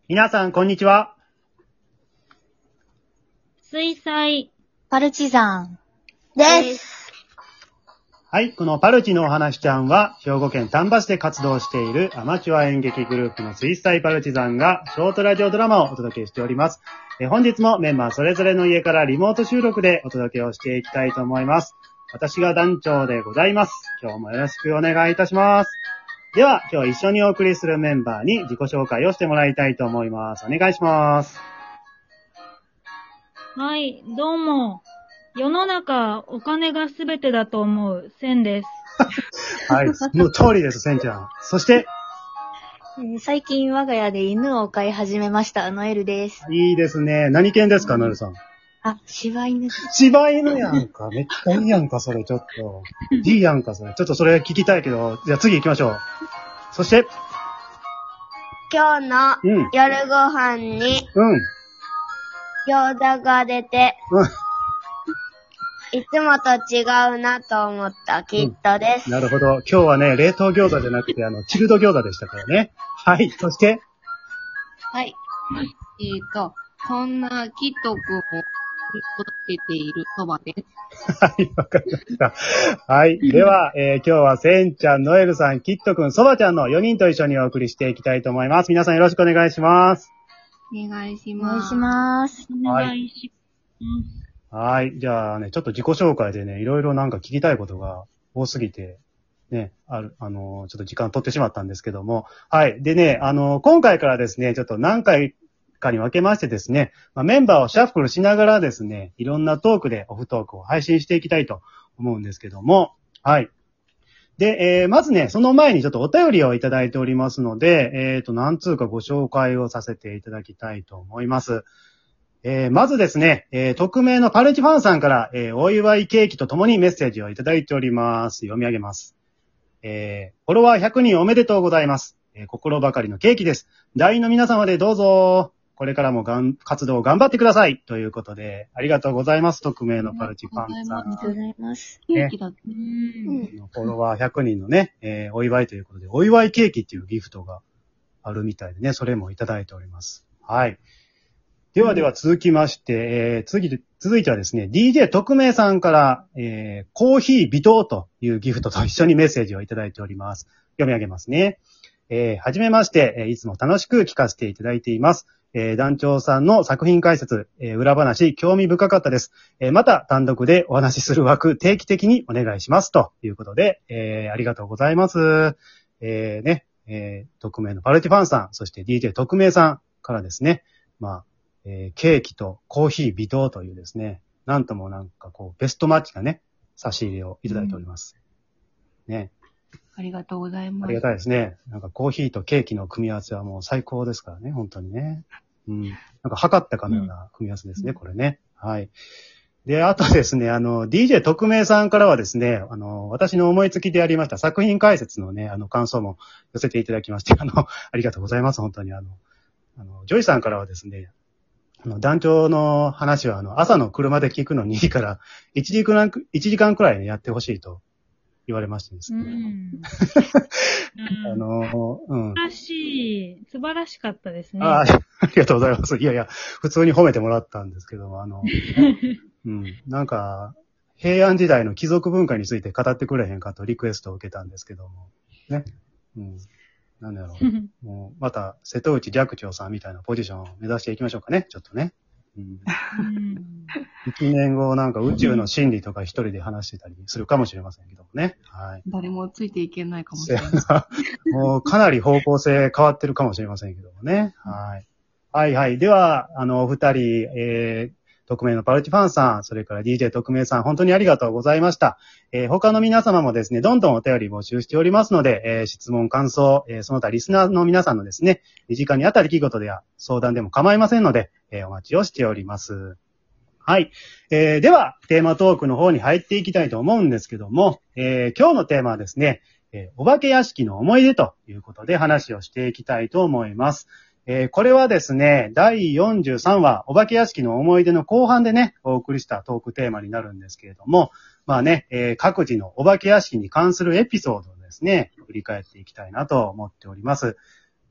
皆さん、こんにちは。 水彩パルチザンです。 はい、このパルチのお話ちゃんは、兵庫県丹波市で活動しているアマチュア演劇グループの水彩パルチザンが、ショートラジオドラマをお届けしております。本日もメンバーそれぞれの家からリモート収録でお届けをしていきたいと思います。私が団長でございます。今日もよろしくお願いいたします。では、今日一緒にお送りするメンバーに自己紹介をしてもらいたいと思います。お願いします。 はい、どうも。世の中、お金がすべてだと思う、センです。 はい、その通りです、センちゃん。そして、 最近我が家で犬を飼い始めました、ノエルです。 いいですね。何犬ですか、ノエルさん。 柴犬です。 柴犬やんか。めっちゃいいやんか、それ、ちょっと。いいやんか、それ。ちょっとそれ聞きたいけど、じゃあ次行きましょう。そして、 今日の夜ご飯に餃子が出て、いつもと違うなと思ったキットです。 なるほど。今日はね、冷凍餃子じゃなくて、チルド餃子でしたからね。はい、そして。 はい。そんなキット君を育てているそばです。 はい、わかりました。はい。では、今日はセンちゃん、ノエルさん、キット君、そばちゃんの4人と一緒にお送りしていきたいと思います。皆さんよろしくお願いします。 お願いしお願います。 します。 お願いします。 はい。じゃあね、ちょっと自己紹介でね、いろいろなんか聞きたいことが多すぎて、ね、ちょっと時間取ってしまったんですけども。はい。でね、今回からですね、ちょっと何回かに分けましてですね、メンバーをシャッフルしながらですね、いろんなトークでオフトークを配信していきたいと思うんですけども、はい。で、まずね、その前にちょっとお便りをいただいておりますので、何通かご紹介をさせていただきたいと思います。まずですね、匿名のパルチファンさんから、お祝いケーキとともにメッセージをいただいております。読み上げます。フォロワー100人おめでとうございます。心ばかりのケーキです。団員の皆様でどうぞ。これからも活動を頑張ってください。ということで、ありがとうございます。匿名のパルチファンさん。 ありがとうございます。 ケーキだって。 フォロワー100人のね、お祝いということで、お祝いケーキっていうギフトがあるみたいでね、それもいただいております。はい。では続きまして、続いてはですね、DJ 特命さんから、コーヒー微糖というギフトと一緒にメッセージをいただいております。読み上げますね。はじめまして、いつも楽しく聞かせていただいています。団長さんの作品解説、裏話、興味深かったです。また単独でお話しする枠、定期的にお願いします。ということで、ありがとうございます。匿名のパルティファンさん、そして DJ 特命さんからですね、ケーキとコーヒー微糖というですね、なんともなんかこう、ベストマッチなね、差し入れをいただいております。ね。 ありがとうございます。 ありがたいですね。なんかコーヒーとケーキの組み合わせはもう最高ですからね、本当にね。なんか測ったかのような組み合わせですね、これね。はい。で、あとですね、DJ 特命さんからはですね、私の思いつきでやりました作品解説のね、感想も寄せていただきまして、ありがとうございます、本当にジョイさんからはですね、団長の話は朝の車で聞くのにいいから1時間くらいね、やってほしいと言われましてですね。 素晴らしかったですね。 ありがとうございます。いやいや、普通に褒めてもらったんですけども、なんか、平安時代の貴族文化について語ってくれへんかとリクエストを受けたんですけども、ね。なんだろう。もう、また、瀬戸内寂聴さんみたいなポジションを目指していきましょうかね、ちょっとね。1年後なんか宇宙の真理とか一人で話してたりするかもしれませんけどもね。はい。 誰もついていけないかもしれない。 もうかなり方向性変わってるかもしれませんけどもね。はい。はいはい。では、お二人、匿名のパルチファンさん、それから DJ 特命さん、本当にありがとうございました。他の皆様もですね、どんどんお便り募集しておりますので、質問、感想、その他リスナーの皆さんのですね、身近にあった出来事や相談でも構いませんので、お待ちをしております。はい。では、テーマトークの方に入っていきたいと思うんですけども、今日のテーマはですね、お化け屋敷の思い出ということで話をしていきたいと思います。これはですね、第43話、お化け屋敷の思い出の後半でね、お送りしたトークテーマになるんですけれども、各自のお化け屋敷に関するエピソードをですね、振り返っていきたいなと思っております。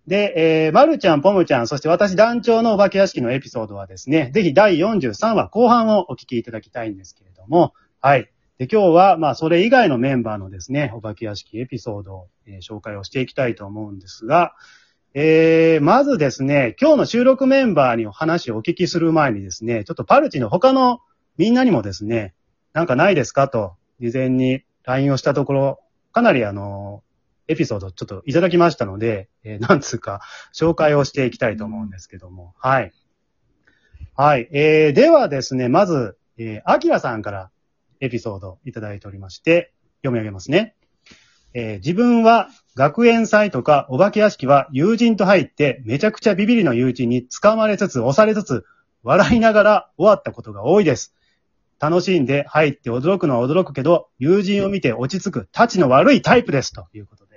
で、まるちゃん、ぽむちゃん、そして私団長のお化け屋敷のエピソードはですね、ぜひ第43話後半をお聞きいただきたいんですけれども、はい。で、今日は、まあ、それ以外のメンバーのですね、お化け屋敷エピソードを、紹介をしていきたいと思うんですが、まずですね、今日の収録メンバーにお話をお聞きする前にですね、ちょっとパルチの他のみんなにもですね、なんかないですかと、事前に LINE をしたところ、かなりエピソードちょっといただきましたので、なんつうか、紹介をしていきたいと思うんですけども、はい。はい。ではですね、まず、アキラさんからエピソードいただいておりまして、読み上げますね。自分は学園祭とかお化け屋敷は友人と入ってめちゃくちゃビビりの友人に掴まれつつ押されつつ笑いながら終わったことが多いです。楽しんで入って驚くのは驚くけど、友人を見て落ち着くたちの悪いタイプですということで。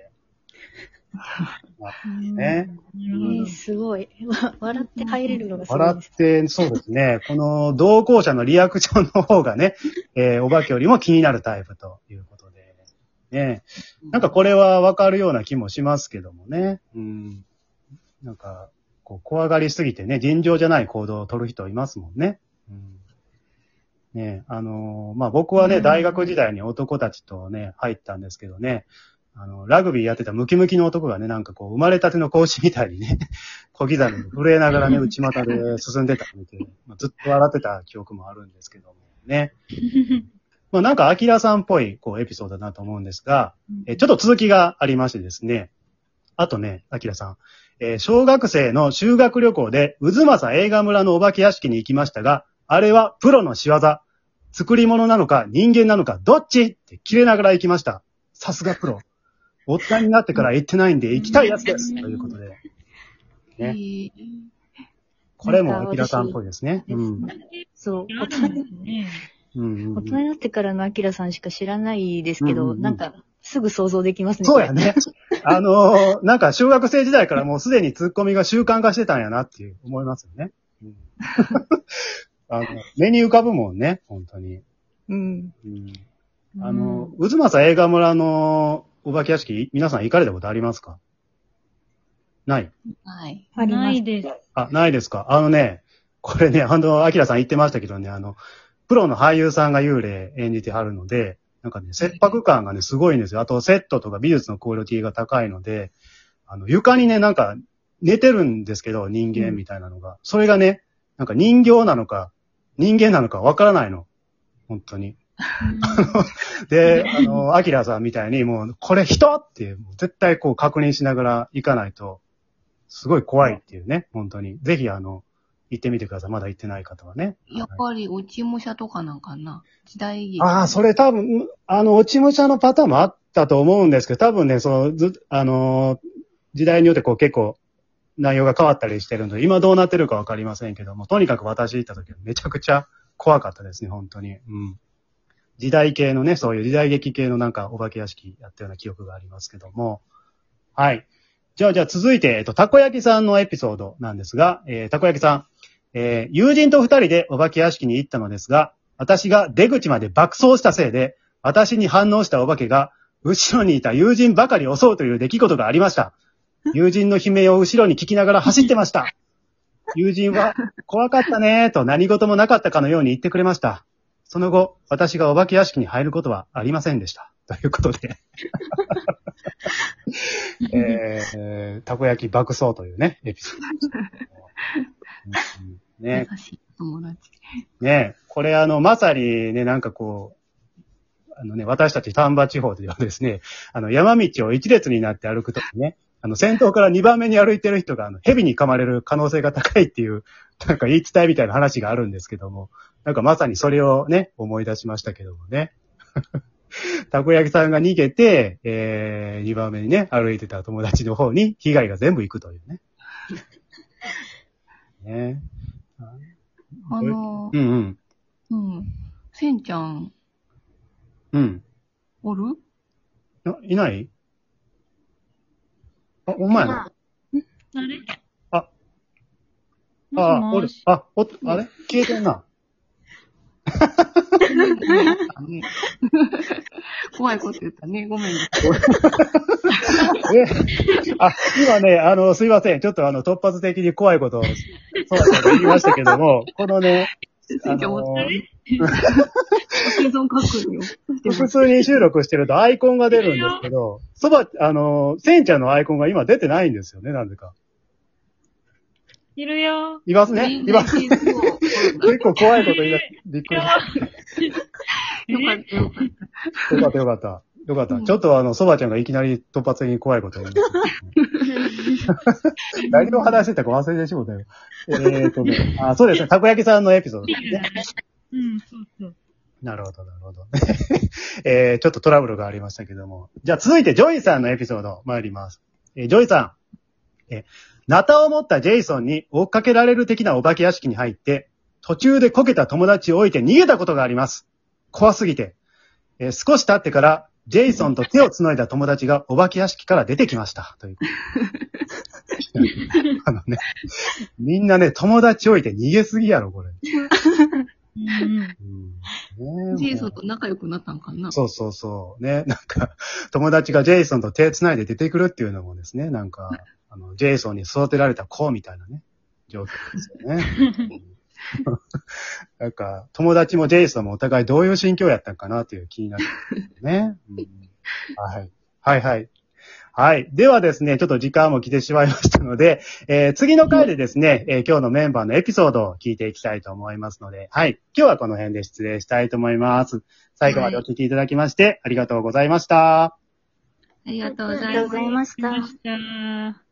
ね、 すごい。笑って入れるのがすごいです。 笑って、そうですね。この同行者のリアクションの方がね、お化けよりも気になるタイプということで。ね、なんかこれはわかるような気もしますけどもね。うん。なんか、こう怖がりすぎてね、尋常じゃない行動を取る人いますもんね。うん、ね、まあ、僕はね、大学時代に男たちとね、入ったんですけどね、ラグビーやってたムキムキの男がね、なんかこう、生まれたての子牛みたいにね、小刻みに震えながらね、内股で進んでたので、まあ、ずっと笑ってた記憶もあるんですけどもね。まあなんか、アキラさんっぽい、こう、エピソードだなと思うんですが、ちょっと続きがありましてですね。あとね、アキラさん、小学生の修学旅行で、渦政映画村のお化け屋敷に行きましたが、あれはプロの仕業。作り物なのか人間なのかどっちって切れながら行きました。さすがプロ。大人になってから行ってないんで行きたいやつです。ということで。ね。これもアキラさんっぽいですね。うん。 そう。大人になってからのアキラさんしか知らないですけど、なんか、すぐ想像できますね。 そうやね。なんか、小学生時代からもうすでにツッコミが習慣化してたんやなっていう思いますよね。うん、目に浮かぶもんね、本当に。うん。渦政映画村のお化け屋敷、皆さん行かれたことありますか？ない？ はい。 ないです。 あ、ないですか。これね、アキラさん言ってましたけどね、プロの俳優さんが幽霊演じてはるので、なんかね、切迫感がね、すごいんですよ。あと、セットとか美術のクオリティが高いので、床にね、なんか、寝てるんですけど、人間みたいなのが。それがね、なんか人形なのか、人間なのかわからないの。本当に。で、アキラさんみたいに、もう、これ人っていう、絶対こう確認しながら行かないと、すごい怖いっていうね、本当に。ぜひ、行ってみてください。まだ行ってない方はね。 やっぱり、落ち武者とかなんかな。時代劇。 ああ、それ多分、落ち武者のパターンもあったと思うんですけど、多分ね、時代によってこう結構、内容が変わったりしてるので、今どうなってるかわかりませんけども、とにかく私行った時はめちゃくちゃ怖かったですね、本当に。うん。時代系のね、そういう時代劇系のなんかお化け屋敷やったような記憶がありますけども。はい。じゃあ続いて、たこ焼きさんのエピソードなんですが、たこ焼きさん、友人と二人でお化け屋敷に行ったのですが、私が出口まで爆走したせいで、私に反応したお化けが、後ろにいた友人ばかり襲うという出来事がありました。友人の悲鳴を後ろに聞きながら走ってました。友人は、怖かったねーと何事もなかったかのように言ってくれました。その後、私がお化け屋敷に入ることはありませんでした。ということで。たこ焼き爆走というね、エピソード。ね。 優しい友達。 ね、これまさにね、なんかこう、私たち丹波地方ではですね、山道を一列になって歩くときね、先頭から2番目に歩いてる人が、蛇に噛まれる可能性が高いっていう、なんか言い伝えみたいな話があるんですけども、なんかまさにそれをね、思い出しましたけどもね。たこ焼きさんが逃げて、2番目にね、歩いてた友達の方に被害が全部行くというね。ね。 せんちゃん。 うん。 おる？ いない？あ、お前の。 あれ？ おる。あれ消えてんな。 怖いこと言ったね。ごめんね。 今ね、すいません。ちょっと突発的に怖いことを、そうだと言いましたけども、このね、普通に収録してるとアイコンが出るんですけど、せんちゃんのアイコンが今出てないんですよね、なぜか。 いるよ。 いますね。います。結構怖いこと言い出して、びっくりした。よかった。よかった。よかった。ちょっとそばちゃんがいきなり突発的に怖いこと言うんですけど。何を話してたか忘れてしまったよ。そうですね。たこ焼きさんのエピソードですね。 そうそう。 なるほど、なるほど。ちょっとトラブルがありましたけども。じゃあ続いてジョイさんのエピソード参ります。ジョイさん。ナタを持ったジェイソンに追っかけられる的なお化け屋敷に入って、途中でこけた友達を置いて逃げたことがあります。怖すぎて。少し経ってから、ジェイソンと手を繋いだ友達がお化け屋敷から出てきました。というみんなね、友達置いて逃げすぎやろ、これ。 ジェイソンと仲良くなったんかな。 そうそうそう。ね、なんか、友達がジェイソンと手繋いで出てくるっていうのもですね、なんか、ジェイソンに育てられた子みたいなね、状況ですよね。なんか、友達もジェイソンもお互いどういう心境やったんかなという気になるんですね。はい。はいはい。はい。ではですね、ちょっと時間も来てしまいましたので、次の回でですね、今日のメンバーのエピソードを聞いていきたいと思いますので、はい。今日はこの辺で失礼したいと思います。最後までお聞きいただきまして、ありがとうございました。 ありがとうございました。